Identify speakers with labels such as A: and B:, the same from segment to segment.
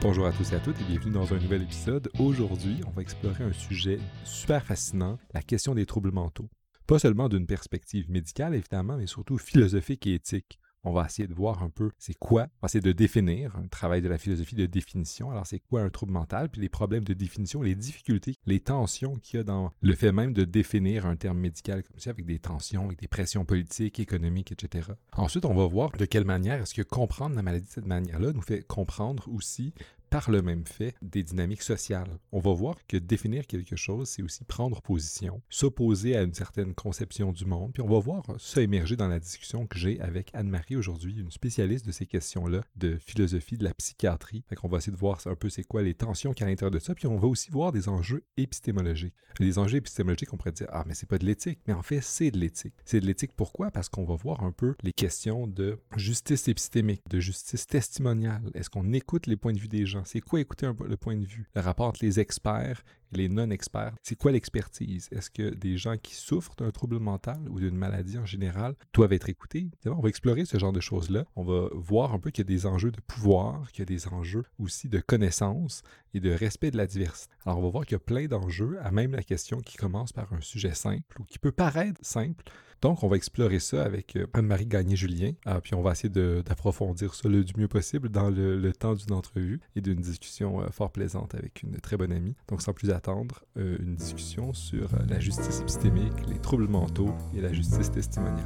A: Bonjour à tous et à toutes et bienvenue dans un nouvel épisode. Aujourd'hui, on va explorer un sujet super fascinant, la question des troubles mentaux. Pas seulement d'une perspective médicale évidemment, mais surtout philosophique et éthique. On va essayer de voir un peu c'est quoi, on va essayer de définir, un travail de la philosophie de définition. Alors c'est quoi un trouble mental, puis les problèmes de définition, les difficultés, les tensions qu'il y a dans le fait même de définir un terme médical comme ça, avec des tensions, avec des pressions politiques, économiques, etc. Ensuite, on va voir de quelle manière est-ce que comprendre la maladie de cette manière-là nous fait comprendre aussi par le même fait des dynamiques sociales. On va voir que définir quelque chose, c'est aussi prendre position, s'opposer à une certaine conception du monde, puis on va voir ça émerger dans la discussion que j'ai avec Anne-Marie aujourd'hui, une spécialiste de ces questions-là, de philosophie, de la psychiatrie. Fait qu'on va essayer de voir un peu c'est quoi les tensions qu'il y a à l'intérieur de ça, puis on va aussi voir des enjeux épistémologiques. Les enjeux épistémologiques, on pourrait dire, ah mais c'est pas de l'éthique, mais en fait c'est de l'éthique. C'est de l'éthique pourquoi? Parce qu'on va voir un peu les questions de justice épistémique, de justice testimoniale. Est-ce qu'on écoute les points de vue des gens? C'est quoi écouter le point de vue? Le rapport entre les experts et les non-experts. C'est quoi l'expertise? Est-ce que des gens qui souffrent d'un trouble mental ou d'une maladie en général doivent être écoutés? On va explorer ce genre de choses-là. On va voir un peu qu'il y a des enjeux de pouvoir, qu'il y a des enjeux aussi de connaissance et de respect de la diversité. Alors, on va voir qu'il y a plein d'enjeux, à même la question qui commence par un sujet simple ou qui peut paraître simple. Donc, on va explorer ça avec Anne-Marie Gagné-Julien, puis on va essayer d'approfondir ça du mieux possible dans le temps d'une entrevue et d'une discussion fort plaisante avec une très bonne amie. Donc, sans plus attendre, une discussion sur la justice épistémique, les troubles mentaux et la justice testimoniale.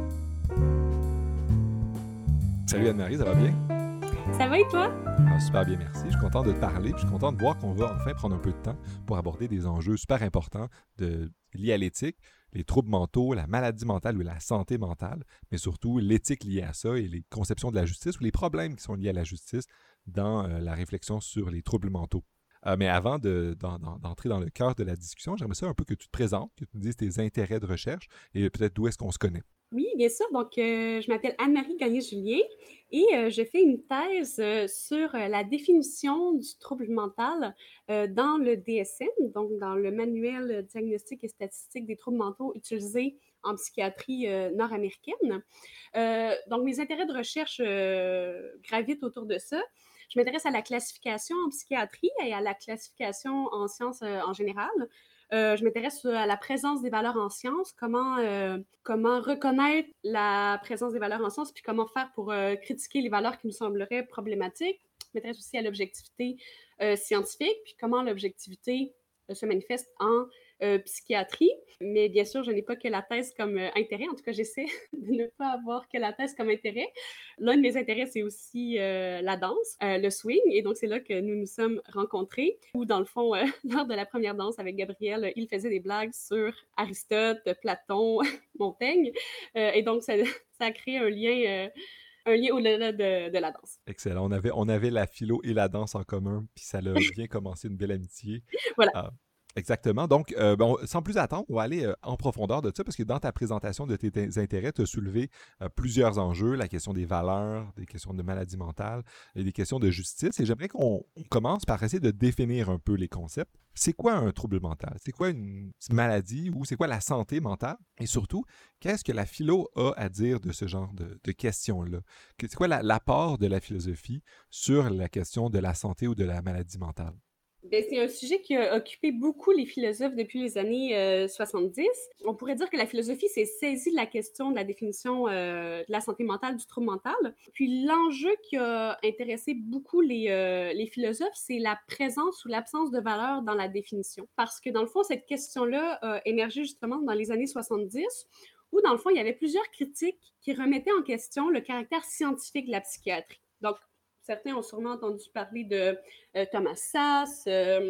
A: Salut Anne-Marie, ça va bien?
B: Ça va et toi?
A: Super bien, merci. Je suis content de te parler, puis je suis content de voir qu'on va enfin prendre un peu de temps pour aborder des enjeux super importants liés à l'éthique, les troubles mentaux, la maladie mentale ou la santé mentale, mais surtout l'éthique liée à ça et les conceptions de la justice ou les problèmes qui sont liés à la justice dans la réflexion sur les troubles mentaux. Mais avant d'entrer dans le cœur de la discussion, j'aimerais ça un peu que tu te présentes, que tu me dises tes intérêts de recherche et peut-être d'où est-ce qu'on se connaît.
B: Oui, bien sûr. Donc, je m'appelle Anne-Marie Gagné-Julien et je fais une thèse sur la définition du trouble mental dans le DSM, donc dans le manuel diagnostique et statistique des troubles mentaux utilisés en psychiatrie nord-américaine. Donc, mes intérêts de recherche gravitent autour de ça. Je m'intéresse à la classification en psychiatrie et à la classification en sciences en général. Je m'intéresse à la présence des valeurs en sciences, comment reconnaître la présence des valeurs en sciences, puis comment faire pour critiquer les valeurs qui nous sembleraient problématiques. Je m'intéresse aussi à l'objectivité scientifique, puis comment l'objectivité se manifeste en psychiatrie. Mais bien sûr, je n'ai pas que la thèse comme intérêt. En tout cas, j'essaie de ne pas avoir que la thèse comme intérêt. L'un de mes intérêts, c'est aussi la danse, le swing. Et donc, c'est là que nous nous sommes rencontrés. Où, dans le fond, lors de la première danse avec Gabriel, il faisait des blagues sur Aristote, Platon, Montaigne. Et donc, ça a créé un lien au-delà de la danse.
A: Excellent. On avait la philo et la danse en commun, puis ça a bien commencé une belle amitié.
B: Voilà.
A: Exactement. Donc, sans plus attendre, on va aller en profondeur de ça, parce que dans ta présentation de tes intérêts, tu as soulevé plusieurs enjeux, la question des valeurs, des questions de maladie mentale et des questions de justice. Et j'aimerais qu'on commence par essayer de définir un peu les concepts. C'est quoi un trouble mental? C'est quoi une maladie ou c'est quoi la santé mentale? Et surtout, qu'est-ce que la philo a à dire de ce genre de questions-là? C'est quoi l'apport de la philosophie sur la question de la santé ou de la maladie mentale?
B: Ben, c'est un sujet qui a occupé beaucoup les philosophes depuis les années 70. On pourrait dire que la philosophie s'est saisie de la question de la définition de la santé mentale, du trouble mental. Puis l'enjeu qui a intéressé beaucoup les philosophes, c'est la présence ou l'absence de valeur dans la définition. Parce que dans le fond, cette question-là a émergé justement dans les années 70, où dans le fond, il y avait plusieurs critiques qui remettaient en question le caractère scientifique de la psychiatrie. Donc, certains ont sûrement entendu parler de Thomas Szasz,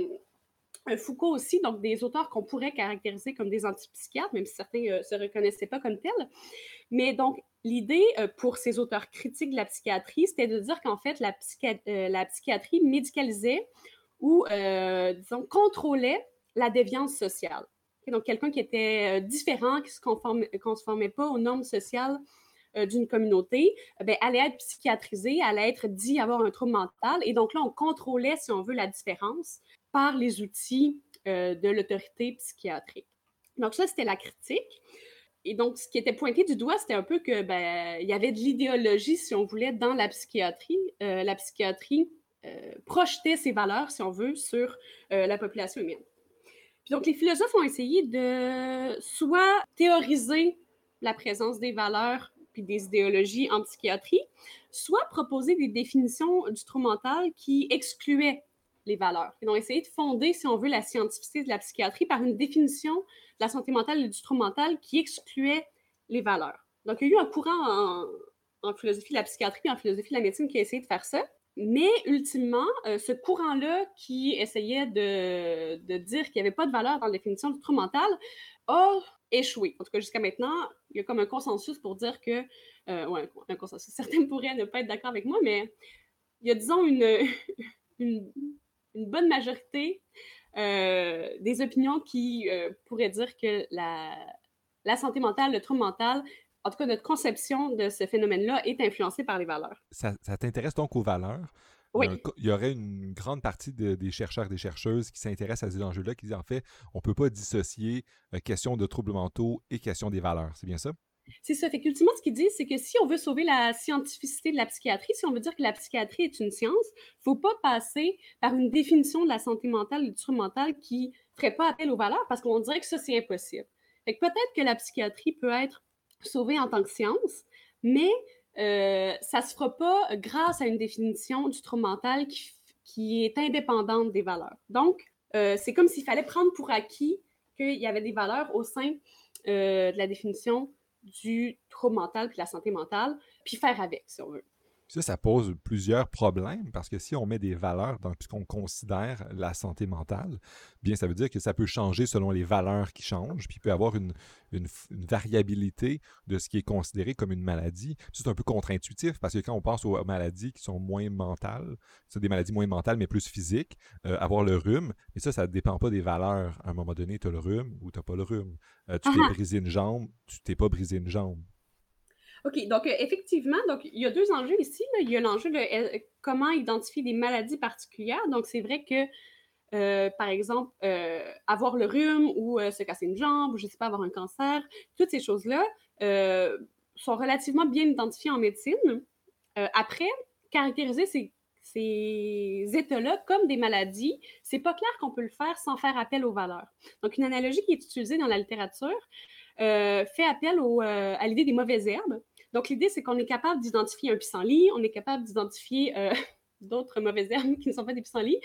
B: Foucault aussi, donc des auteurs qu'on pourrait caractériser comme des antipsychiatres, même si certains ne se reconnaissaient pas comme tels. Mais donc, l'idée pour ces auteurs critiques de la psychiatrie, c'était de dire qu'en fait, la psychiatrie médicalisait ou, disons, contrôlait la déviance sociale. Okay, donc, quelqu'un qui était différent, qui ne se conformait pas aux normes sociales d'une communauté, allait être psychiatrisé, allait être dit avoir un trouble mental. Et donc là, on contrôlait, si on veut, la différence par les outils de l'autorité psychiatrique. Donc ça, c'était la critique. Et donc, ce qui était pointé du doigt, c'était un peu que il y avait de l'idéologie, si on voulait, dans la psychiatrie. La psychiatrie projetait ses valeurs, si on veut, sur la population humaine. Puis donc, les philosophes ont essayé de soit théoriser la présence des valeurs puis des idéologies en psychiatrie, soit proposer des définitions du trouble mental qui excluaient les valeurs. Ils ont essayé de fonder, si on veut, la scientificité de la psychiatrie par une définition de la santé mentale et du trouble mental qui excluait les valeurs. Donc, il y a eu un courant en philosophie de la psychiatrie et en philosophie de la médecine qui a essayé de faire ça. Mais ultimement, ce courant-là qui essayait de dire qu'il n'y avait pas de valeur dans la définition du trouble mental a échoué. En tout cas, jusqu'à maintenant, il y a comme un consensus pour dire que... ouais, un consensus. Certains pourraient ne pas être d'accord avec moi, mais il y a, disons, une bonne majorité des opinions qui pourraient dire que la santé mentale, le trouble mental, en tout cas, notre conception de ce phénomène-là est influencée par les valeurs.
A: Ça t'intéresse donc aux valeurs?
B: Oui.
A: Il y aurait une grande partie des chercheurs et des chercheuses qui s'intéressent à ces enjeux-là, qui disent en fait, on ne peut pas dissocier question de troubles mentaux et question des valeurs. C'est bien ça?
B: C'est ça. Fait qu'ultimement, ce qu'ils disent, c'est que si on veut sauver la scientificité de la psychiatrie, si on veut dire que la psychiatrie est une science, il ne faut pas passer par une définition de la santé mentale et du trouble mental qui ne ferait pas appel aux valeurs, parce qu'on dirait que ça, c'est impossible. Fait que peut-être que la psychiatrie peut être sauvée en tant que science, mais ça ne se fera pas grâce à une définition du trouble mental qui est indépendante des valeurs. Donc, c'est comme s'il fallait prendre pour acquis qu'il y avait des valeurs au sein de la définition du trouble mental puis de la santé mentale, puis faire avec, si on veut.
A: Ça pose plusieurs problèmes parce que si on met des valeurs dans ce qu'on considère la santé mentale, bien ça veut dire que ça peut changer selon les valeurs qui changent, puis il peut y avoir une variabilité de ce qui est considéré comme une maladie. C'est un peu contre-intuitif parce que quand on pense aux maladies qui sont moins mentales, c'est des maladies moins mentales mais plus physiques, avoir le rhume, mais ça ne dépend pas des valeurs. À un moment donné, tu as le rhume ou tu n'as pas le rhume. Tu t'es brisé une jambe, tu t'es pas brisé une jambe.
B: OK, donc effectivement, donc il y a deux enjeux ici. Là. Il y a l'enjeu de comment identifier des maladies particulières. Donc, c'est vrai que, par exemple, avoir le rhume ou se casser une jambe ou, je ne sais pas, avoir un cancer, toutes ces choses-là sont relativement bien identifiées en médecine. Après, caractériser ces états-là comme des maladies, c'est pas clair qu'on peut le faire sans faire appel aux valeurs. Donc, une analogie qui est utilisée dans la littérature fait appel à l'idée des mauvaises herbes. Donc, l'idée, c'est qu'on est capable d'identifier un pissenlit, on est capable d'identifier d'autres mauvaises herbes qui ne sont pas des pissenlits.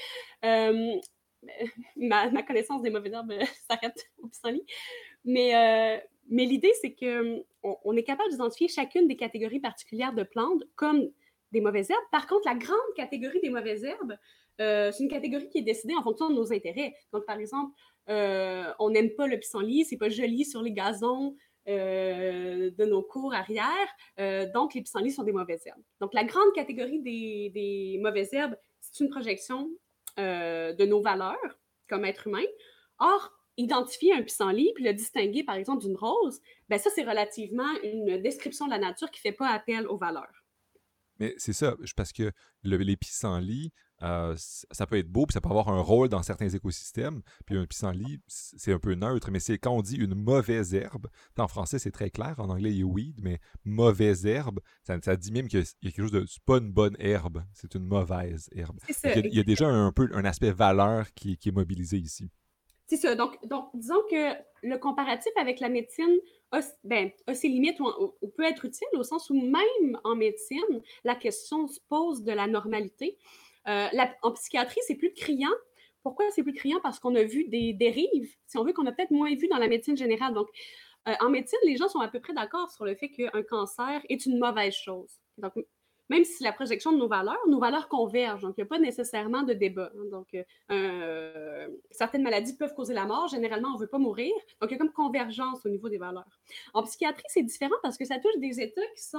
B: Ma connaissance des mauvaises herbes s'arrête au pissenlit. Mais l'idée, c'est qu'on est capable d'identifier chacune des catégories particulières de plantes comme des mauvaises herbes. Par contre, la grande catégorie des mauvaises herbes, c'est une catégorie qui est décidée en fonction de nos intérêts. Donc, par exemple, on n'aime pas le pissenlit, c'est pas joli sur les gazons de nos cours arrière, donc les pissenlits sont des mauvaises herbes. Donc la grande catégorie des mauvaises herbes, c'est une projection de nos valeurs comme être humain. Or, identifier un pissenlit puis le distinguer par exemple d'une rose, ben ça c'est relativement une description de la nature qui ne fait pas appel aux valeurs.
A: Mais c'est ça, parce que les pissenlits, ça peut être beau, puis ça peut avoir un rôle dans certains écosystèmes. Puis un pissenlit, c'est un peu neutre, mais c'est quand on dit une mauvaise herbe, en français c'est très clair, en anglais il y a weed, mais mauvaise herbe, ça dit même qu'il y a quelque chose de... C'est pas une bonne herbe, c'est une mauvaise herbe.
B: Ça,
A: il y a déjà un peu un aspect valeur qui est mobilisé ici.
B: C'est ça. Donc, disons que le comparatif avec la médecine a ses limites ou peut être utile au sens où même en médecine, la question se pose de la normalité. En psychiatrie, c'est plus criant. Pourquoi c'est plus criant? Parce qu'on a vu des dérives, si on veut, qu'on a peut-être moins vu dans la médecine générale. Donc, en médecine, les gens sont à peu près d'accord sur le fait qu'un cancer est une mauvaise chose. Donc, même si la projection de nos valeurs convergent, donc il n'y a pas nécessairement de débat. Donc, certaines maladies peuvent causer la mort, généralement on ne veut pas mourir, donc il y a comme convergence au niveau des valeurs. En psychiatrie, c'est différent parce que ça touche des états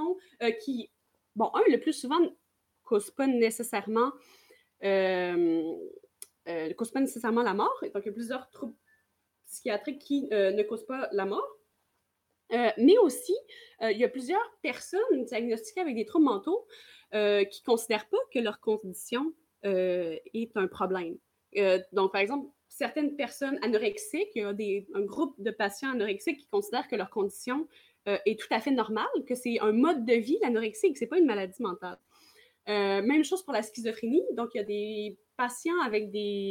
B: le plus souvent ne causent pas nécessairement la mort, donc il y a plusieurs troubles psychiatriques qui ne causent pas la mort. Mais aussi, il y a plusieurs personnes diagnostiquées avec des troubles mentaux qui ne considèrent pas que leur condition est un problème. Donc, par exemple, certaines personnes anorexiques, il y a un groupe de patients anorexiques qui considèrent que leur condition est tout à fait normale, que c'est un mode de vie, l'anorexie, et que ce n'est pas une maladie mentale. Même chose pour la schizophrénie. Donc, il y a des patients avec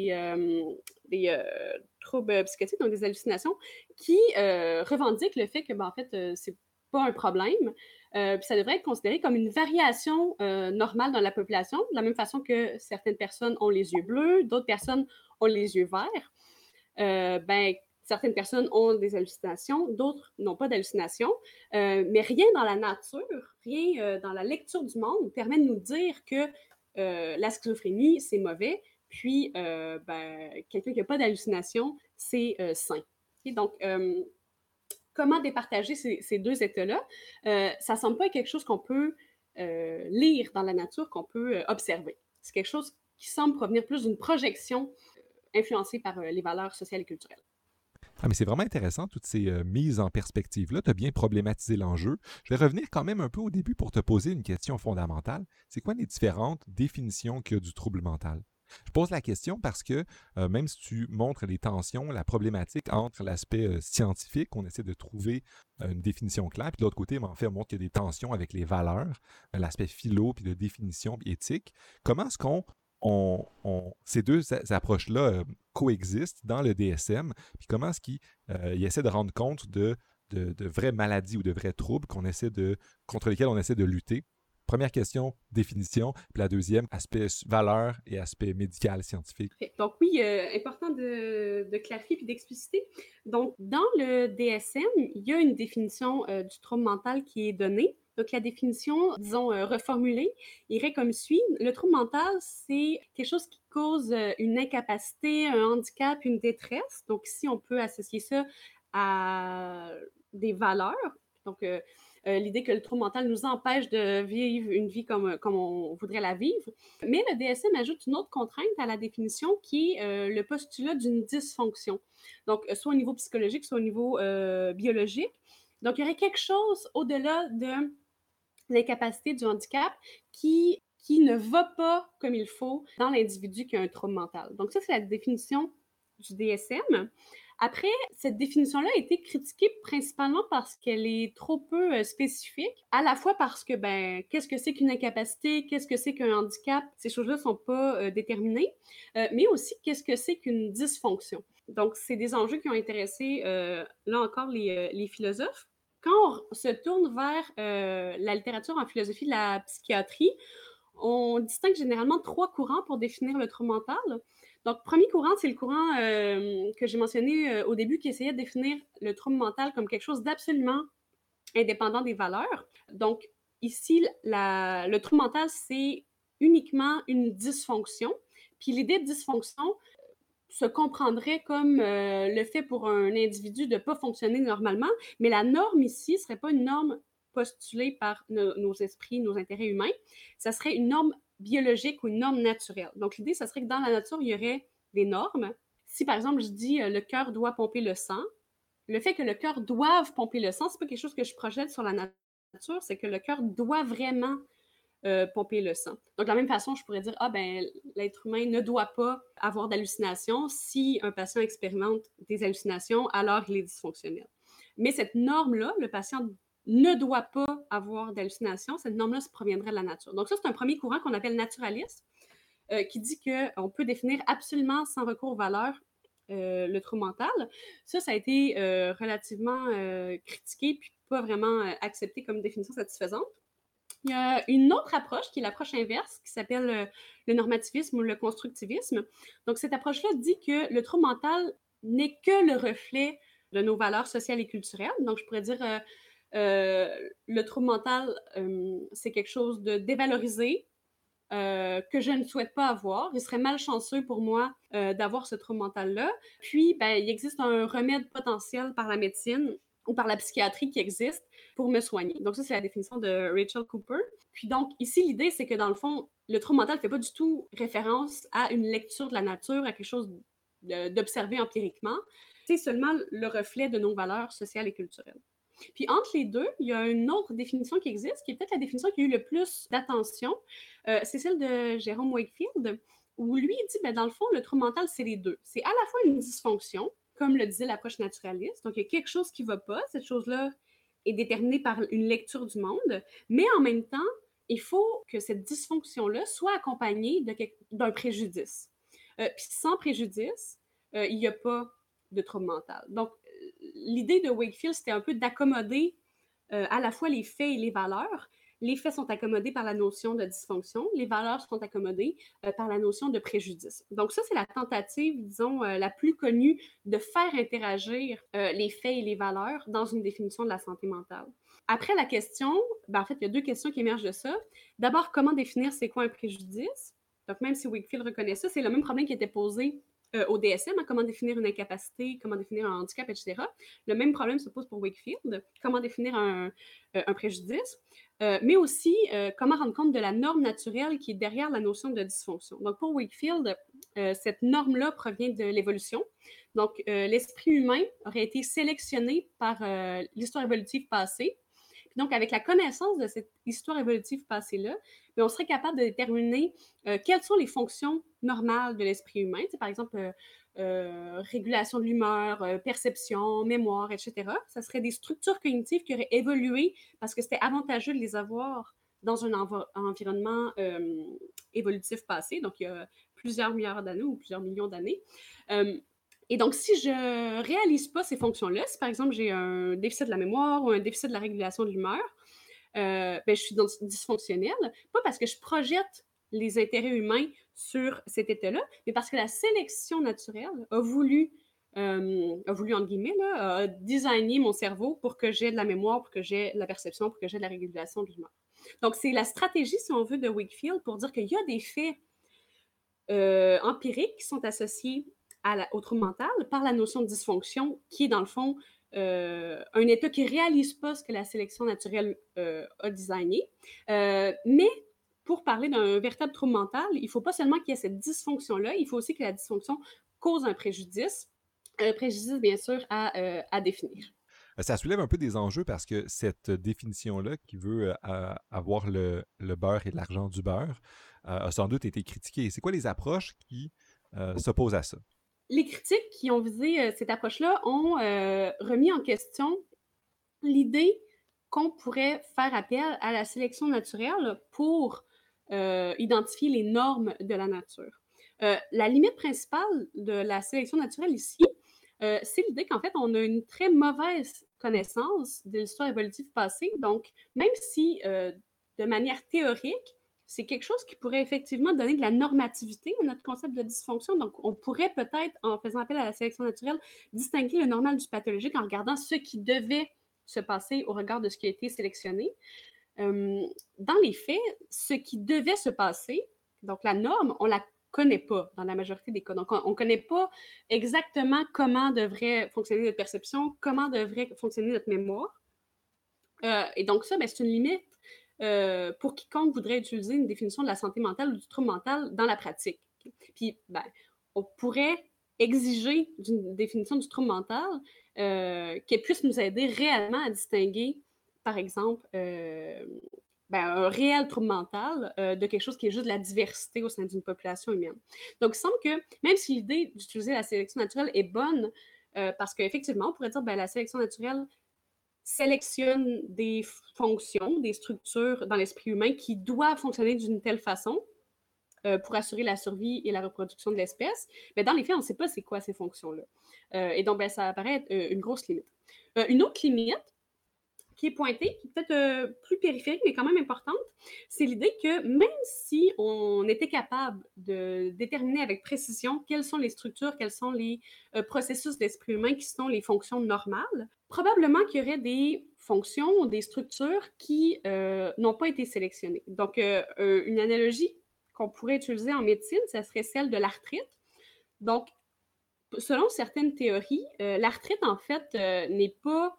B: des troubles psychotiques, donc des hallucinations, qui revendiquent le fait que, en fait, c'est pas un problème. Puis ça devrait être considéré comme une variation normale dans la population, de la même façon que certaines personnes ont les yeux bleus, d'autres personnes ont les yeux verts. Certaines personnes ont des hallucinations, d'autres n'ont pas d'hallucinations, mais rien dans la nature, rien dans la lecture du monde permet de nous dire que la schizophrénie, c'est mauvais, puis quelqu'un qui n'a pas d'hallucination, c'est sain. Okay? Donc, comment départager ces deux états-là? Ça ne semble pas être quelque chose qu'on peut lire dans la nature, qu'on peut observer. C'est quelque chose qui semble provenir plus d'une projection influencée par les valeurs sociales et culturelles.
A: Ah, mais c'est vraiment intéressant, toutes ces mises en perspective-là. Tu as bien problématisé l'enjeu. Je vais revenir quand même un peu au début pour te poser une question fondamentale. C'est quoi les différentes définitions qu'il y a du trouble mental? Je pose la question parce que même si tu montres les tensions, la problématique entre l'aspect scientifique, on essaie de trouver une définition claire, puis de l'autre côté, en fait, on montre qu'il y a des tensions avec les valeurs, l'aspect philo, puis de définition, puis éthique. Comment est-ce qu'on ces deux approches-là coexistent dans le DSM, puis comment est-ce qu'ils essaient de rendre compte de vraies maladies ou de vrais troubles contre lesquels on essaie de lutter? Première question, définition, puis la deuxième, aspect valeur et aspect médical, scientifique.
B: Okay. Donc oui, important de clarifier puis d'expliciter. Donc, dans le DSM, il y a une définition du trouble mental qui est donnée. Donc, la définition, disons, reformulée, irait comme suit. Le trouble mental, c'est quelque chose qui cause une incapacité, un handicap, une détresse. Donc, ici, on peut associer ça à des valeurs. Donc, l'idée que le trouble mental nous empêche de vivre une vie comme on voudrait la vivre. Mais le DSM ajoute une autre contrainte à la définition qui est le postulat d'une dysfonction. Donc, soit au niveau psychologique, soit au niveau biologique. Donc, il y aurait quelque chose au-delà de l'incapacité du handicap qui ne va pas comme il faut dans l'individu qui a un trouble mental. Donc, ça, c'est la définition du DSM. Après, cette définition-là a été critiquée principalement parce qu'elle est trop peu spécifique, à la fois parce que, qu'est-ce que c'est qu'une incapacité, qu'est-ce que c'est qu'un handicap, ces choses-là ne sont pas déterminées, mais aussi qu'est-ce que c'est qu'une dysfonction. Donc, c'est des enjeux qui ont intéressé, là encore, les philosophes. Quand on se tourne vers la littérature en philosophie de la psychiatrie, on distingue généralement 3 courants pour définir le trouble mental. Donc, premier courant, c'est le courant que j'ai mentionné au début qui essayait de définir le trouble mental comme quelque chose d'absolument indépendant des valeurs. Donc, ici, le trouble mental, c'est uniquement une dysfonction. Puis l'idée de dysfonction se comprendrait comme le fait pour un individu de ne pas fonctionner normalement, mais la norme ici ne serait pas une norme postulée par nos esprits, nos intérêts humains, ça serait une norme biologique ou une norme naturelle. Donc, l'idée, ça serait que dans la nature, il y aurait des normes. Si, par exemple, je dis le cœur doit pomper le sang, le fait que le cœur doive pomper le sang, c'est pas quelque chose que je projette sur la nature, c'est que le cœur doit vraiment pomper le sang. Donc, de la même façon, je pourrais dire, l'être humain ne doit pas avoir d'hallucinations. Si un patient expérimente des hallucinations, alors il est dysfonctionnel. Mais cette norme-là, le patient ne doit pas avoir d'hallucinations, cette norme-là proviendrait de la nature. Donc, ça, c'est un premier courant qu'on appelle naturaliste, qui dit qu'on peut définir absolument sans recours aux valeurs le trouble mental. Ça a été relativement critiqué puis pas vraiment accepté comme définition satisfaisante. Il y a une autre approche qui est l'approche inverse qui s'appelle le normativisme ou le constructivisme. Donc, cette approche-là dit que le trouble mental n'est que le reflet de nos valeurs sociales et culturelles. Donc, je pourrais dire le trouble mental, c'est quelque chose de dévalorisé, que je ne souhaite pas avoir. Il serait malchanceux pour moi d'avoir ce trouble mental-là. Puis, il existe un remède potentiel par la médecine ou par la psychiatrie qui existe pour me soigner. Donc ça, c'est la définition de Rachel Cooper. Puis donc, ici, l'idée, c'est que dans le fond, le trouble mental ne fait pas du tout référence à une lecture de la nature, à quelque chose d'observé empiriquement. C'est seulement le reflet de nos valeurs sociales et culturelles. Puis entre les deux, il y a une autre définition qui existe, qui est peut-être la définition qui a eu le plus d'attention. C'est celle de Jerome Wakefield, où lui, il dit, dans le fond, le trouble mental, c'est les deux. C'est à la fois une dysfonction, comme le disait l'approche naturaliste. Donc, il y a quelque chose qui ne va pas. Cette chose-là est déterminée par une lecture du monde. Mais en même temps, il faut que cette dysfonction-là soit accompagnée d'un préjudice. Puis sans préjudice, il n'y a pas de trouble mental. Donc, l'idée de Wakefield, c'était un peu d'accommoder à la fois les faits et les valeurs. Les faits sont accommodés par la notion de dysfonction, les valeurs sont accommodées par la notion de préjudice. Donc ça, c'est la tentative, disons, la plus connue de faire interagir les faits et les valeurs dans une définition de la santé mentale. Après la question, en fait, il y a deux questions qui émergent de ça. D'abord, comment définir c'est quoi un préjudice? Donc même si Wakefield reconnaît ça, c'est le même problème qui était posé au DSM, comment définir une incapacité, comment définir un handicap, etc. Le même problème se pose pour Wakefield, comment définir un préjudice, mais aussi comment rendre compte de la norme naturelle qui est derrière la notion de dysfonction. Donc pour Wakefield, cette norme-là provient de l'évolution. Donc l'esprit humain aurait été sélectionné par l'histoire évolutive passée. Donc, avec la connaissance de cette histoire évolutive passée-là, on serait capable de déterminer quelles sont les fonctions normales de l'esprit humain. Par exemple, régulation de l'humeur, perception, mémoire, etc. Ça serait des structures cognitives qui auraient évolué parce que c'était avantageux de les avoir dans un environnement évolutif passé, donc il y a plusieurs milliards d'années ou plusieurs millions d'années. Et donc, si je ne réalise pas ces fonctions-là, si par exemple j'ai un déficit de la mémoire ou un déficit de la régulation de l'humeur, je suis dysfonctionnelle, pas parce que je projette les intérêts humains sur cet état-là, mais parce que la sélection naturelle a voulu entre guillemets, a designé mon cerveau pour que j'ai de la mémoire, pour que j'ai de la perception, pour que j'ai de la régulation de l'humeur. Donc, c'est la stratégie, si on veut, de Wakefield pour dire qu'il y a des faits empiriques qui sont associés au trouble mental par la notion de dysfonction, qui est dans le fond un état qui ne réalise pas ce que la sélection naturelle a designé. Mais pour parler d'un véritable trouble mental, il ne faut pas seulement qu'il y ait cette dysfonction-là, il faut aussi que la dysfonction cause un préjudice. Préjudice, bien sûr, à définir.
A: Ça soulève un peu des enjeux parce que cette définition-là qui veut avoir le beurre et l'argent du beurre a sans doute été critiquée. C'est quoi les approches qui s'opposent à ça?
B: Les critiques qui ont visé cette approche-là ont remis en question l'idée qu'on pourrait faire appel à la sélection naturelle pour identifier les normes de la nature. La limite principale de la sélection naturelle ici, c'est l'idée qu'en fait, on a une très mauvaise connaissance de l'histoire évolutive passée. Donc, même si de manière théorique, c'est quelque chose qui pourrait effectivement donner de la normativité à notre concept de dysfonction. Donc, on pourrait peut-être, en faisant appel à la sélection naturelle, distinguer le normal du pathologique en regardant ce qui devait se passer au regard de ce qui a été sélectionné. Dans les faits, ce qui devait se passer, donc la norme, on ne la connaît pas dans la majorité des cas. Donc, on ne connaît pas exactement comment devrait fonctionner notre perception, comment devrait fonctionner notre mémoire. Et donc ça, c'est une limite pour quiconque voudrait utiliser une définition de la santé mentale ou du trouble mental dans la pratique. Puis, on pourrait exiger d'une définition du trouble mental qu'elle puisse nous aider réellement à distinguer, par exemple, un réel trouble mental de quelque chose qui est juste de la diversité au sein d'une population humaine. Donc, il semble que, même si l'idée d'utiliser la sélection naturelle est bonne, parce qu'effectivement, on pourrait dire la sélection naturelle sélectionne des fonctions, des structures dans l'esprit humain qui doivent fonctionner d'une telle façon pour assurer la survie et la reproduction de l'espèce. Mais dans les faits, on ne sait pas c'est quoi ces fonctions-là. Et donc, ça apparaît être une grosse limite. Une autre limite qui est pointée, qui est peut-être plus périphérique, mais quand même importante, c'est l'idée que même si on était capable de déterminer avec précision quelles sont les structures, quels sont les processus d'esprit humain qui sont les fonctions normales, probablement qu'il y aurait des fonctions ou des structures qui n'ont pas été sélectionnées. Donc, une analogie qu'on pourrait utiliser en médecine, ça serait celle de l'arthrite. Donc, selon certaines théories, l'arthrite, en fait, n'est pas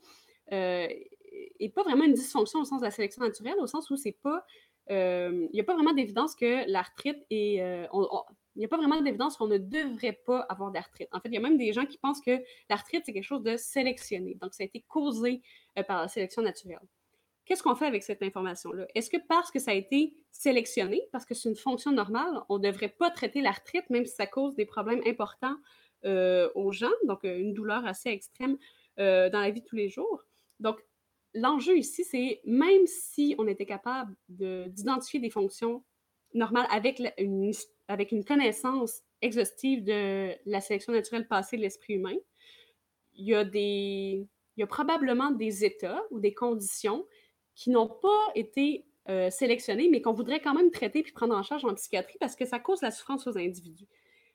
B: vraiment une dysfonction au sens de la sélection naturelle, au sens où c'est pas, il n'y a pas vraiment d'évidence que l'arthrite est, il n'y a pas vraiment d'évidence qu'on ne devrait pas avoir d'arthrite. En fait, il y a même des gens qui pensent que l'arthrite, c'est quelque chose de sélectionné. Donc, ça a été causé par la sélection naturelle. Qu'est-ce qu'on fait avec cette information-là? Est-ce que parce que ça a été sélectionné, parce que c'est une fonction normale, on ne devrait pas traiter l'arthrite, même si ça cause des problèmes importants aux gens, donc une douleur assez extrême dans la vie de tous les jours? Donc, l'enjeu ici, c'est même si on était capable d'identifier des fonctions normales avec une connaissance exhaustive de la sélection naturelle passée de l'esprit humain, il y a il y a probablement des états ou des conditions qui n'ont pas été sélectionnés, mais qu'on voudrait quand même traiter puis prendre en charge en psychiatrie parce que ça cause la souffrance aux individus.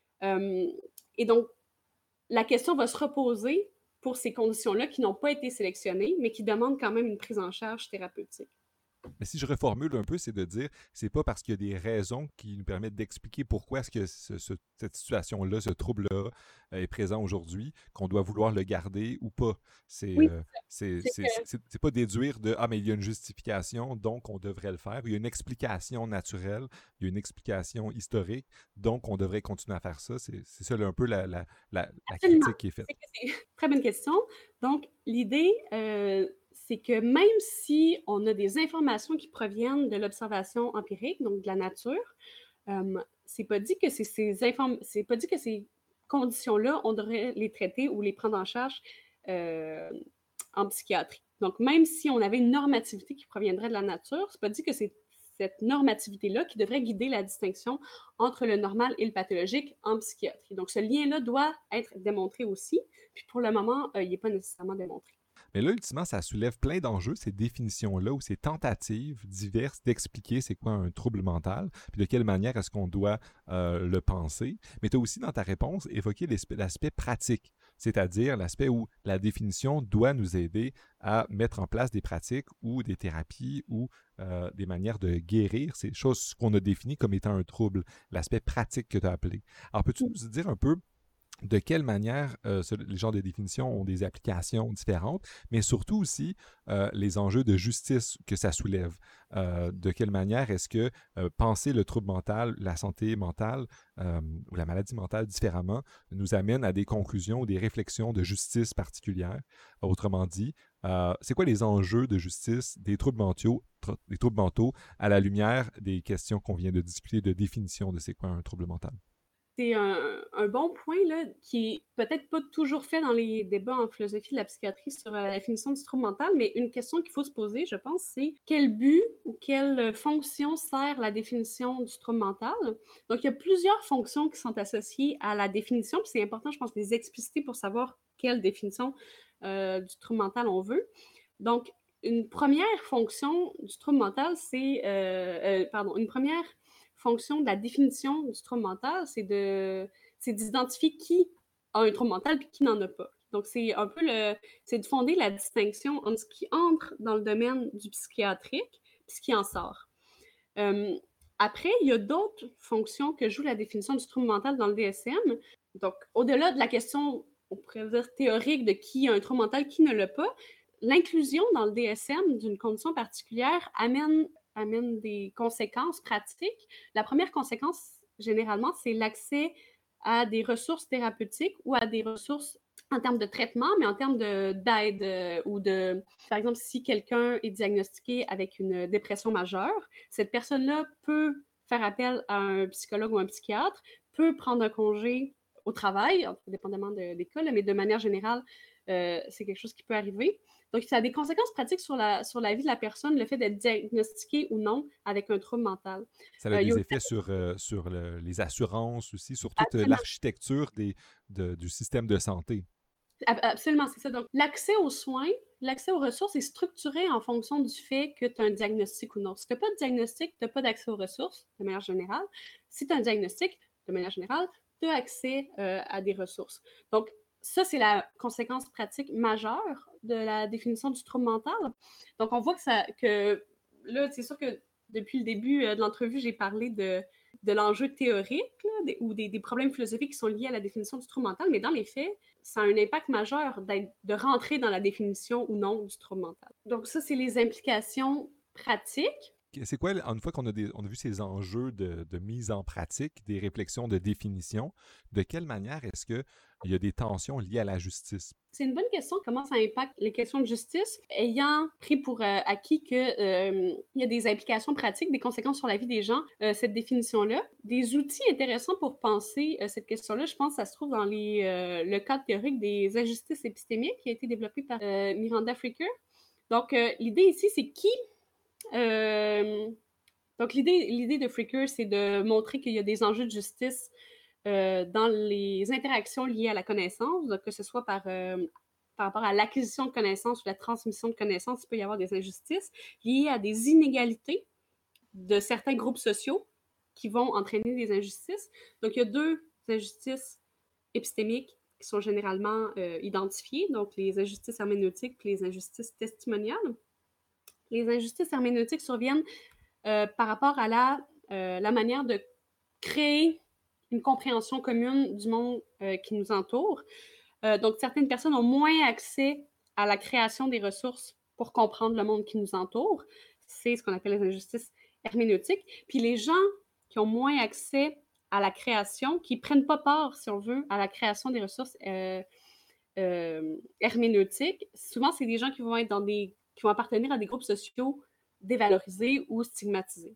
B: Et donc, la question va se reposer pour ces conditions-là qui n'ont pas été sélectionnées, mais qui demandent quand même une prise en charge thérapeutique.
A: Mais si je reformule un peu, c'est de dire, c'est pas parce qu'il y a des raisons qui nous permettent d'expliquer pourquoi est-ce que cette situation-là, ce trouble-là est présent aujourd'hui, qu'on doit vouloir le garder ou pas.
B: Oui,
A: C'est pas déduire de ah mais il y a une justification, donc on devrait le faire. Il y a une explication naturelle, il y a une explication historique, donc on devrait continuer à faire ça. C'est ça là, un peu la
B: absolument.
A: critique qui est faite.
B: C'est une très bonne question. Donc, l'idée, c'est que même si on a des informations qui proviennent de l'observation empirique, donc de la nature, c'est pas dit que c'est pas dit que ces conditions-là, on devrait les traiter ou les prendre en charge en psychiatrie. Donc, même si on avait une normativité qui proviendrait de la nature, c'est pas dit que c'est cette normativité-là qui devrait guider la distinction entre le normal et le pathologique en psychiatrie. Donc, ce lien-là doit être démontré aussi, puis pour le moment, il n'est pas nécessairement démontré.
A: Mais là, ultimement, ça soulève plein d'enjeux, ces définitions-là ou ces tentatives diverses d'expliquer c'est quoi un trouble mental, puis de quelle manière est-ce qu'on doit le penser. Mais tu as aussi dans ta réponse évoqué l'aspect pratique, c'est-à-dire l'aspect où la définition doit nous aider à mettre en place des pratiques ou des thérapies ou des manières de guérir ces choses qu'on a définies comme étant un trouble, l'aspect pratique que tu as appelé. Alors, peux-tu nous dire un peu de quelle manière les genres de définitions ont des applications différentes, mais surtout aussi les enjeux de justice que ça soulève. De quelle manière est-ce que penser le trouble mental, la santé mentale ou la maladie mentale différemment nous amène à des conclusions ou des réflexions de justice particulières? Autrement dit, c'est quoi les enjeux de justice des troubles mentaux à la lumière des questions qu'on vient de discuter de définition de c'est quoi un trouble mental?
B: C'est un bon point là, qui est peut-être pas toujours fait dans les débats en philosophie de la psychiatrie sur la définition du trouble mental, mais une question qu'il faut se poser, je pense, c'est quel but ou quelle fonction sert la définition du trouble mental? Donc, il y a plusieurs fonctions qui sont associées à la définition, puis c'est important, je pense, de les expliciter pour savoir quelle définition du trouble mental on veut. Donc, une première fonction du trouble mental, une première fonction de la définition du trouble mental, c'est d'identifier qui a un trouble mental et qui n'en a pas. Donc, c'est un peu c'est de fonder la distinction entre ce qui entre dans le domaine du psychiatrique et ce qui en sort. Après, il y a d'autres fonctions que joue la définition du trouble mental dans le DSM. Donc, au-delà de la question, on pourrait dire théorique de qui a un trouble mental, qui ne l'a pas, l'inclusion dans le DSM d'une condition particulière amène des conséquences pratiques. La première conséquence, généralement, c'est l'accès à des ressources thérapeutiques ou à des ressources en termes de traitement, mais en termes d'aide ou de... Par exemple, si quelqu'un est diagnostiqué avec une dépression majeure, cette personne-là peut faire appel à un psychologue ou un psychiatre, peut prendre un congé au travail, dépendamment des cas, mais de manière générale, c'est quelque chose qui peut arriver. Donc, ça a des conséquences pratiques sur la vie de la personne, le fait d'être diagnostiqué ou non avec un trouble mental.
A: Ça a des effets sur les assurances aussi, sur toute l'architecture du système de santé.
B: Absolument, c'est ça. Donc, l'accès aux soins, l'accès aux ressources est structuré en fonction du fait que tu as un diagnostic ou non. Si tu n'as pas de diagnostic, tu n'as pas d'accès aux ressources, de manière générale. Si tu as un diagnostic, de manière générale, tu as accès à des ressources. Donc, ça, c'est la conséquence pratique majeure de la définition du trouble mental. Donc, on voit que là, c'est sûr que depuis le début de l'entrevue, j'ai parlé de l'enjeu théorique là, ou des problèmes philosophiques qui sont liés à la définition du trouble mental, mais dans les faits, ça a un impact majeur de rentrer dans la définition ou non du trouble mental. Donc ça, c'est les implications pratiques.
A: C'est quoi, une fois qu'on a vu ces enjeux de mise en pratique, des réflexions de définition, de quelle manière est-ce qu'il y a des tensions liées à la justice?
B: C'est une bonne question. Comment ça impacte les questions de justice? Ayant pris pour acquis qu'il y a des implications pratiques, des conséquences sur la vie des gens, cette définition-là, des outils intéressants pour penser cette question-là, je pense que ça se trouve dans le cadre théorique des injustices épistémiques qui a été développé par Miranda Fricker. Donc, l'idée ici, c'est qui... donc, l'idée de Fricker, c'est de montrer qu'il y a des enjeux de justice dans les interactions liées à la connaissance, donc que ce soit par rapport à l'acquisition de connaissances ou la transmission de connaissances, il peut y avoir des injustices liées à des inégalités de certains groupes sociaux qui vont entraîner des injustices. Donc, il y a deux injustices épistémiques qui sont généralement identifiées, donc les injustices herméneutiques et les injustices testimoniales. Les injustices herméneutiques surviennent par rapport à la manière de créer une compréhension commune du monde qui nous entoure. Donc, certaines personnes ont moins accès à la création des ressources pour comprendre le monde qui nous entoure. C'est ce qu'on appelle les injustices herméneutiques. Puis les gens qui ont moins accès à la création, qui ne prennent pas part, si on veut, à la création des ressources herméneutiques, souvent, c'est des gens qui vont être qui vont appartenir à des groupes sociaux dévalorisés ou stigmatisés.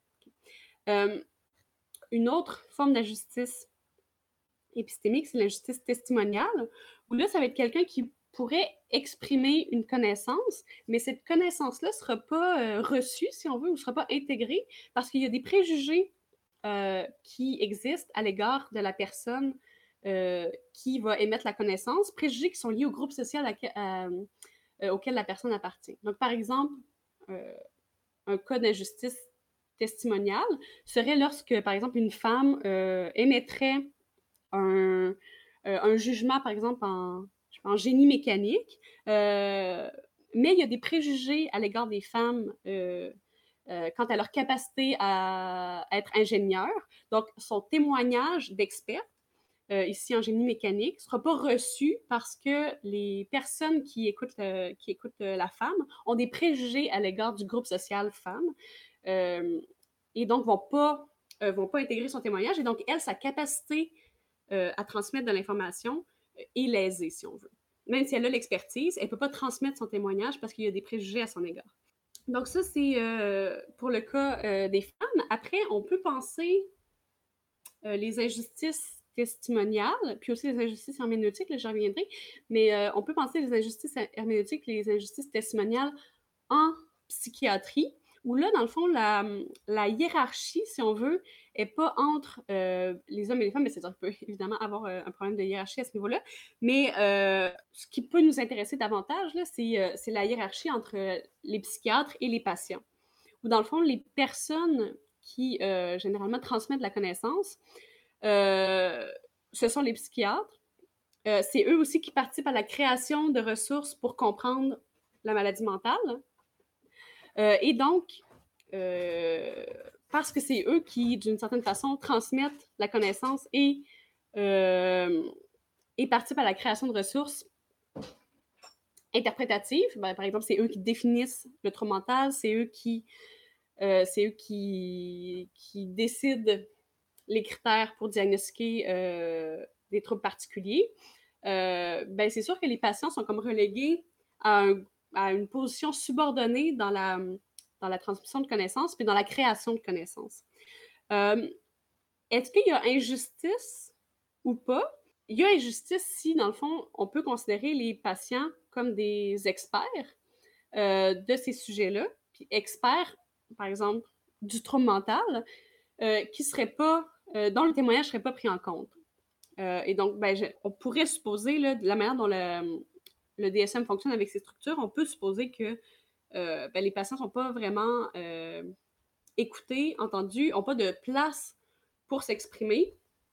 B: Une autre forme d'injustice épistémique, c'est l'injustice testimoniale, où là, ça va être quelqu'un qui pourrait exprimer une connaissance, mais cette connaissance-là ne sera pas reçue, si on veut, ou ne sera pas intégrée, parce qu'il y a des préjugés qui existent à l'égard de la personne qui va émettre la connaissance, préjugés qui sont liés au groupe social auquel la personne appartient. Donc, par exemple, un cas d'injustice testimoniale serait lorsque, par exemple, une femme émettrait un jugement, par exemple, en génie mécanique, mais il y a des préjugés à l'égard des femmes quant à leur capacité à être ingénieure. Donc, son témoignage d'experte, ici en génie mécanique, ne sera pas reçu parce que les personnes qui écoutent la femme ont des préjugés à l'égard du groupe social femme et donc vont pas intégrer son témoignage. Et donc, elle, sa capacité à transmettre de l'information est lésée, si on veut. Même si elle a l'expertise, elle ne peut pas transmettre son témoignage parce qu'il y a des préjugés à son égard. Donc ça, c'est pour le cas des femmes. Après, on peut penser les injustices testimoniales, puis aussi les injustices herméneutiques, là, j'y reviendrai, mais on peut penser les injustices herméneutiques et les injustices testimoniales en psychiatrie, où là, dans le fond, la hiérarchie, si on veut, n'est pas entre les hommes et les femmes, mais c'est-à-dire qu'il peut évidemment avoir un problème de hiérarchie à ce niveau-là, mais ce qui peut nous intéresser davantage, là, c'est la hiérarchie entre les psychiatres et les patients, où dans le fond, les personnes qui généralement transmettent la connaissance, ce sont les psychiatres. C'est eux aussi qui participent à la création de ressources pour comprendre la maladie mentale. Et donc, parce que c'est eux qui, d'une certaine façon, transmettent la connaissance et participent à la création de ressources interprétatives, ben, par exemple, c'est eux qui définissent le trouble mental, c'est eux qui décident les critères pour diagnostiquer des troubles particuliers. Ben, c'est sûr que les patients sont comme relégués à une position subordonnée dans la transmission de connaissances puis dans la création de connaissances. Est-ce qu'il y a injustice ou pas? Il y a injustice si, dans le fond, on peut considérer les patients comme des experts de ces sujets-là, puis experts, par exemple, du trouble mental, qui serait pas, dont le témoignage ne serait pas pris en compte. Et donc, ben, on pourrait supposer, là, de la manière dont le DSM fonctionne avec ces structures, on peut supposer que ben, les patients ne sont pas vraiment écoutés, entendus, n'ont pas de place pour s'exprimer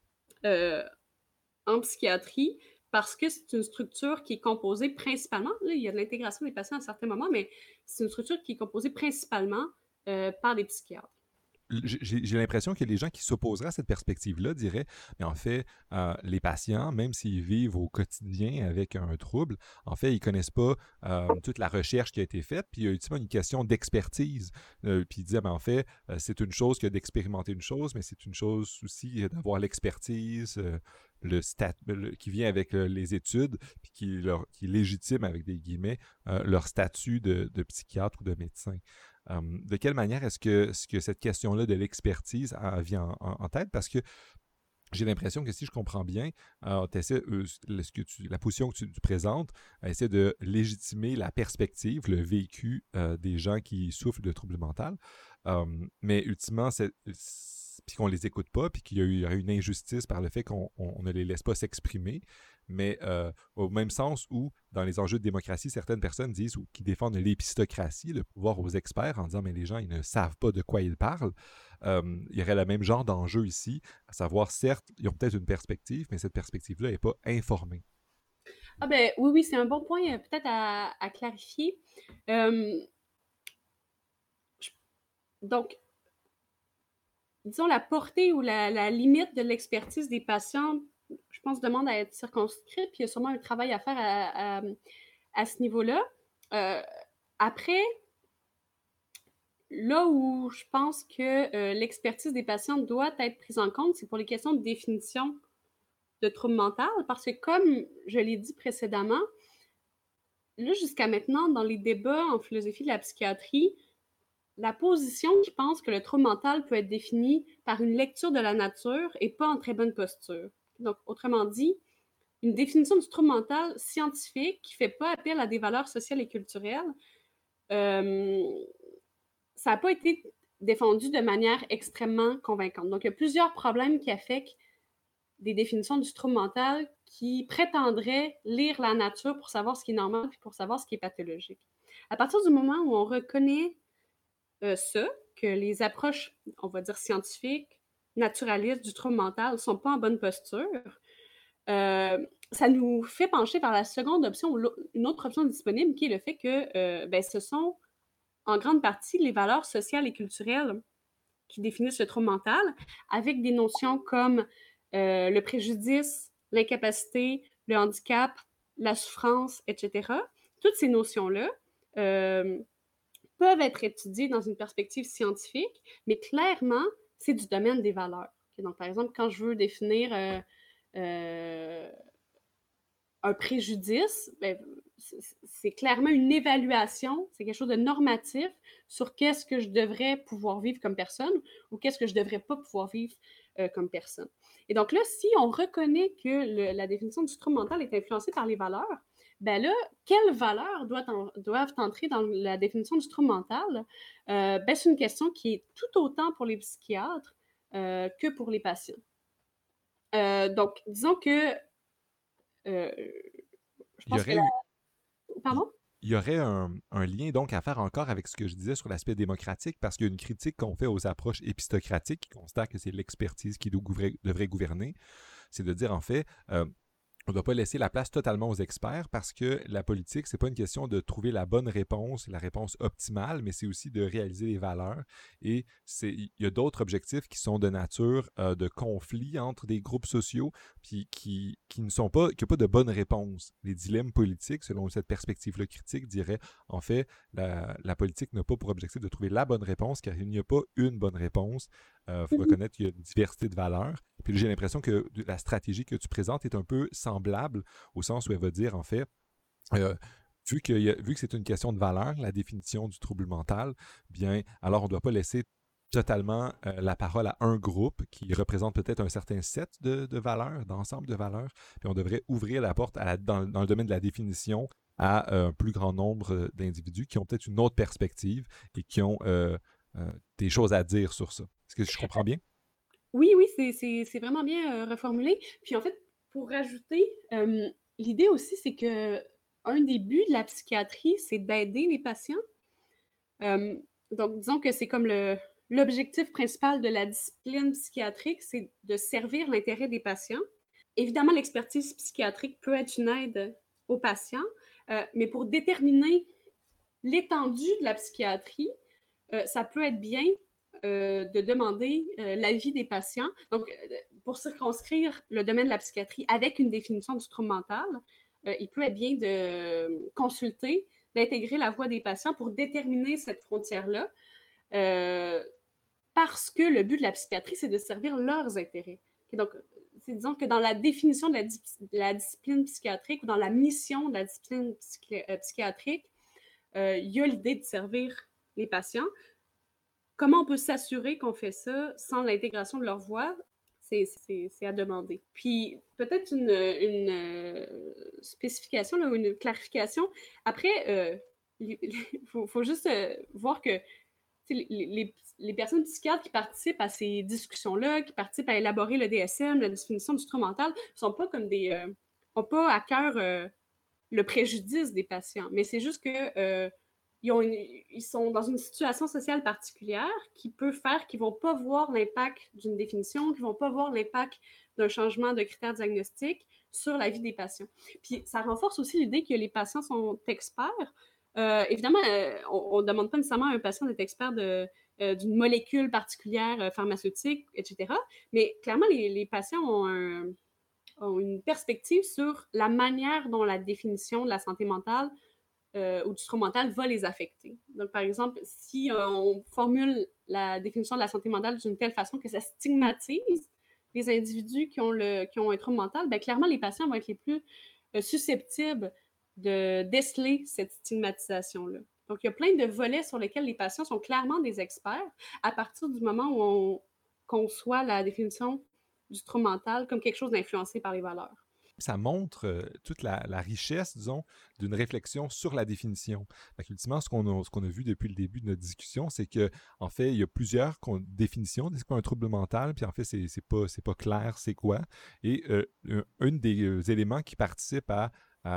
B: en psychiatrie parce que c'est une structure qui est composée principalement, là, il y a de l'intégration des patients à certains moments, mais c'est une structure qui est composée principalement par des psychiatres.
A: J'ai l'impression que les gens qui s'opposeraient à cette perspective-là diraient, mais en fait, les patients, même s'ils vivent au quotidien avec un trouble, en fait, ils ne connaissent pas toute la recherche qui a été faite, puis il y a ultimement une question d'expertise. Puis ils disaient, en fait, c'est une chose que d'expérimenter une chose, mais c'est une chose aussi d'avoir l'expertise, qui vient avec les études, puis qui légitime, avec des guillemets, leur statut de psychiatre ou de médecin. De quelle manière est-ce que cette question-là de l'expertise vient en tête? Parce que j'ai l'impression que si je comprends bien, la position que tu présentes essaie de légitimer la perspective, le vécu des gens qui souffrent de troubles mentaux. Mais ultimement, puis qu'on les écoute pas, puis qu'il y a eu une injustice par le fait qu'on ne les laisse pas s'exprimer. Mais au même sens où, dans les enjeux de démocratie, certaines personnes disent ou qui défendent l'épistocratie, le pouvoir aux experts, en disant mais les gens, ils ne savent pas de quoi ils parlent. Il y aurait le même genre d'enjeu ici, à savoir, certes, ils ont peut-être une perspective, mais cette perspective-là n'est pas informée.
B: Ah ben oui, oui, c'est un bon point peut-être à clarifier. Euh, donc, disons, la portée ou la limite de l'expertise des patients, je pense, demande à être circonscrite, puis il y a sûrement un travail à faire à ce niveau-là. Euh, Après, là où je pense que l'expertise des patients doit être prise en compte, c'est pour les questions de définition de trouble mental, parce que comme je l'ai dit précédemment, là, jusqu'à maintenant, dans les débats en philosophie de la psychiatrie, la position qui pense que le trouble mental peut être défini par une lecture de la nature et pas en très bonne posture. Donc, autrement dit, une définition du trouble mental scientifique qui ne fait pas appel à des valeurs sociales et culturelles, euh, ça n'a pas été défendu de manière extrêmement convaincante. Donc, il y a plusieurs problèmes qui affectent des définitions du trouble mental qui prétendraient lire la nature pour savoir ce qui est normal et pour savoir ce qui est pathologique. À partir du moment où on reconnaît ça, que les approches, on va dire scientifiques, naturalistes du trouble mental ne sont pas en bonne posture, ça nous fait pencher vers la seconde option, ou une autre option disponible, qui est le fait que ce sont en grande partie les valeurs sociales et culturelles qui définissent le trouble mental, avec des notions comme le préjudice, l'incapacité, le handicap, la souffrance, etc. Toutes ces notions-là peuvent être étudiées dans une perspective scientifique, mais clairement, c'est du domaine des valeurs. Donc, par exemple, quand je veux définir euh, un préjudice, ben, c'est clairement une évaluation, c'est quelque chose de normatif sur qu'est-ce que je devrais pouvoir vivre comme personne ou qu'est-ce que je devrais pas pouvoir vivre comme personne. Et donc là, si on reconnaît que la définition du trouble mental est influencée par les valeurs, ben là, quelles valeurs doivent entrer dans la définition du trouble mental? Ben, c'est une question qui est tout autant pour les psychiatres que pour les patients. Donc, disons que je
A: Il y
B: pense que
A: aurait, eu- il
B: Pardon?
A: il y aurait un lien donc à faire encore avec ce que je disais sur l'aspect démocratique, parce qu'il y a une critique qu'on fait aux approches épistocratiques qui considèrent que c'est l'expertise qui devrait gouverner. C'est de dire en fait, on ne doit pas laisser la place totalement aux experts parce que la politique, c'est pas une question de trouver la bonne réponse, la réponse optimale, mais c'est aussi de réaliser les valeurs. Et il y a d'autres objectifs qui sont de nature de conflit entre des groupes sociaux, puis qui ne sont pas, qui n'ont pas de bonne réponse. Les dilemmes politiques, selon cette perspective-là critique, diraient en fait, la politique n'a pas pour objectif de trouver la bonne réponse, car il n'y a pas une bonne réponse. Il faut reconnaître qu'il y a une diversité de valeurs. Puis j'ai l'impression que la stratégie que tu présentes est un peu semblable au sens où elle va dire, en fait, euh, vu que c'est une question de valeur, la définition du trouble mental, bien, alors on ne doit pas laisser totalement la parole à un groupe qui représente peut-être un certain set de valeurs, d'ensemble de valeurs, puis on devrait ouvrir la porte dans le domaine de la définition à un plus grand nombre d'individus qui ont peut-être une autre perspective et qui ont des choses à dire sur ça. Est-ce que je comprends bien?
B: Oui, oui, c'est vraiment bien reformulé. Puis en fait, pour rajouter, l'idée aussi, c'est que un des buts de la psychiatrie, c'est d'aider les patients. Euh, donc, disons que c'est comme l'objectif principal de la discipline psychiatrique, c'est de servir l'intérêt des patients. Évidemment, l'expertise psychiatrique peut être une aide aux patients, mais pour déterminer l'étendue de la psychiatrie, ça peut être bien de demander l'avis des patients. Donc, pour circonscrire le domaine de la psychiatrie avec une définition du trouble mental, il peut être bien de consulter, d'intégrer la voix des patients pour déterminer cette frontière-là, parce que le but de la psychiatrie, c'est de servir leurs intérêts. Et donc, disons que dans la définition de la discipline psychiatrique ou dans la mission de la discipline psychiatrique, il y a l'idée de servir les patients. Comment on peut s'assurer qu'on fait ça sans l'intégration de leur voix? c'est à demander. Puis peut-être une spécification là, ou une clarification. Après, faut juste voir que les personnes psychiatres qui participent à ces discussions-là, qui participent à élaborer le DSM, la définition du trouble mental, sont pas comme ont pas à cœur le préjudice des patients, mais c'est juste que ils sont dans une situation sociale particulière qui peut faire qu'ils ne vont pas voir l'impact d'une définition, qu'ils ne vont pas voir l'impact d'un changement de critères diagnostiques sur la vie des patients. Puis ça renforce aussi l'idée que les patients sont experts. Évidemment, on ne demande pas nécessairement à un patient d'être expert d'une molécule particulière pharmaceutique, etc. Mais clairement, les patients ont une perspective sur la manière dont la définition de la santé mentale ou du trouble mental va les affecter. Donc, par exemple, si on formule la définition de la santé mentale d'une telle façon que ça stigmatise les individus qui ont un trouble mental, bien, clairement, les patients vont être les plus susceptibles de déceler cette stigmatisation-là. Donc, il y a plein de volets sur lesquels les patients sont clairement des experts à partir du moment où on conçoit la définition du trouble mental comme quelque chose d'influencé par les valeurs.
A: Ça montre toute la richesse, disons, d'une réflexion sur la définition. Ultimement, ce qu'on a vu depuis le début de notre discussion, c'est que en fait, il y a plusieurs définitions de ce qu'est un trouble mental, puis en fait, c'est pas clair c'est quoi. Et un des éléments qui participe à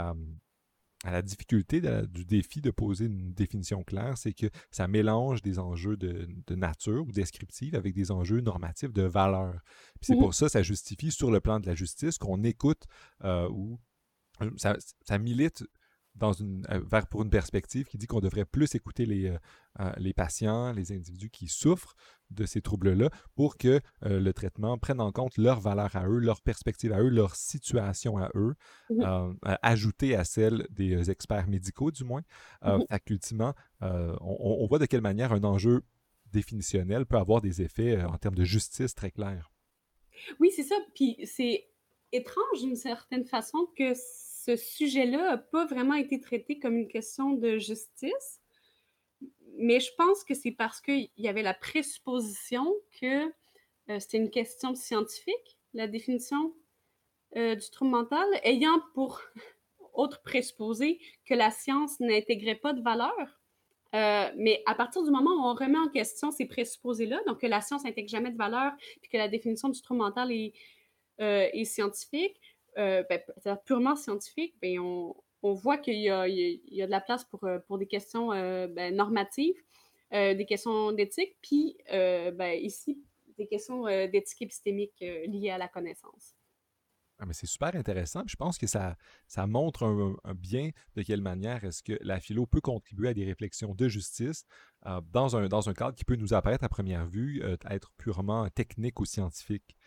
A: la difficulté du défi de poser une définition claire, c'est que ça mélange des enjeux de nature ou descriptive avec des enjeux normatifs de valeur. Puis c'est pour ça que ça justifie sur le plan de la justice qu'on écoute ou ça milite pour une perspective qui dit qu'on devrait plus écouter les patients, les individus qui souffrent de ces troubles-là pour que le traitement prenne en compte leurs valeurs à eux, leurs perspectives à eux, leur situation à eux, ajoutée à celle des experts médicaux du moins. Fait qu'ultimement, on voit de quelle manière un enjeu définitionnel peut avoir des effets en termes de justice très clairs.
B: Oui, c'est ça. Puis c'est étrange d'une certaine façon que ce sujet-là n'a pas vraiment été traité comme une question de justice, mais je pense que c'est parce qu'il y avait la présupposition que c'était une question scientifique, la définition du trouble mental, ayant pour autre présupposé que la science n'intégrait pas de valeur. Mais à partir du moment où on remet en question ces présupposés-là, donc que la science n'intègre jamais de valeur, puis que la définition du trouble mental est scientifique, c'est purement scientifique, ben on voit qu'il y a de la place pour des questions normatives, des questions d'éthique, puis ici, des questions d'éthique épistémique liées à la connaissance.
A: Ah, mais c'est super intéressant. Puis je pense que ça montre un bien de quelle manière est-ce que la philo peut contribuer à des réflexions de justice dans un cadre qui peut nous apparaître à première vue être purement technique ou scientifique.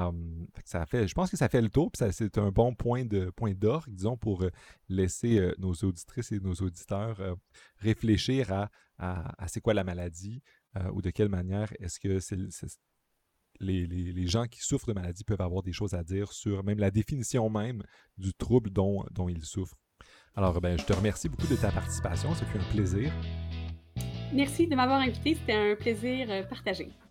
A: Je pense que ça fait le tour, puis c'est un bon point d'orgue, disons, pour laisser nos auditrices et nos auditeurs réfléchir à c'est quoi la maladie ou de quelle manière est-ce que les gens qui souffrent de maladie peuvent avoir des choses à dire sur même la définition même du trouble dont ils souffrent. Alors, je te remercie beaucoup de ta participation. Ça fut un plaisir.
B: Merci de m'avoir invité. C'était un plaisir partagé.